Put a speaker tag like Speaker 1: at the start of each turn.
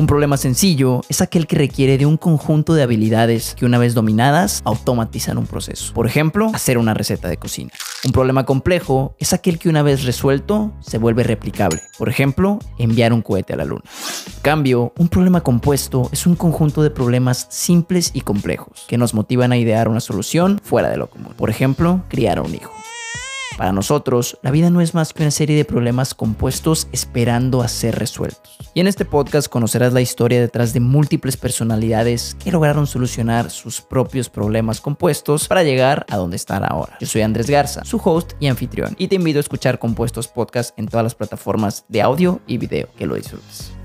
Speaker 1: Un problema sencillo es aquel que requiere de un conjunto de habilidades que una vez dominadas automatizan un proceso. Por ejemplo, hacer una receta de cocina. Un problema complejo es aquel que una vez resuelto se vuelve replicable. Por ejemplo, enviar un cohete a la luna. En cambio, un problema compuesto es un conjunto de problemas simples y complejos que nos motivan a idear una solución fuera de lo común. Por ejemplo, criar a un hijo. Para nosotros, la vida no es más que una serie de problemas compuestos esperando a ser resueltos. Y en este podcast conocerás la historia detrás de múltiples personalidades que lograron solucionar sus propios problemas compuestos para llegar a donde están ahora. Yo soy Andrés Garza, su host y anfitrión, y te invito a escuchar Compuestos Podcast en todas las plataformas de audio y video. Que lo disfrutes.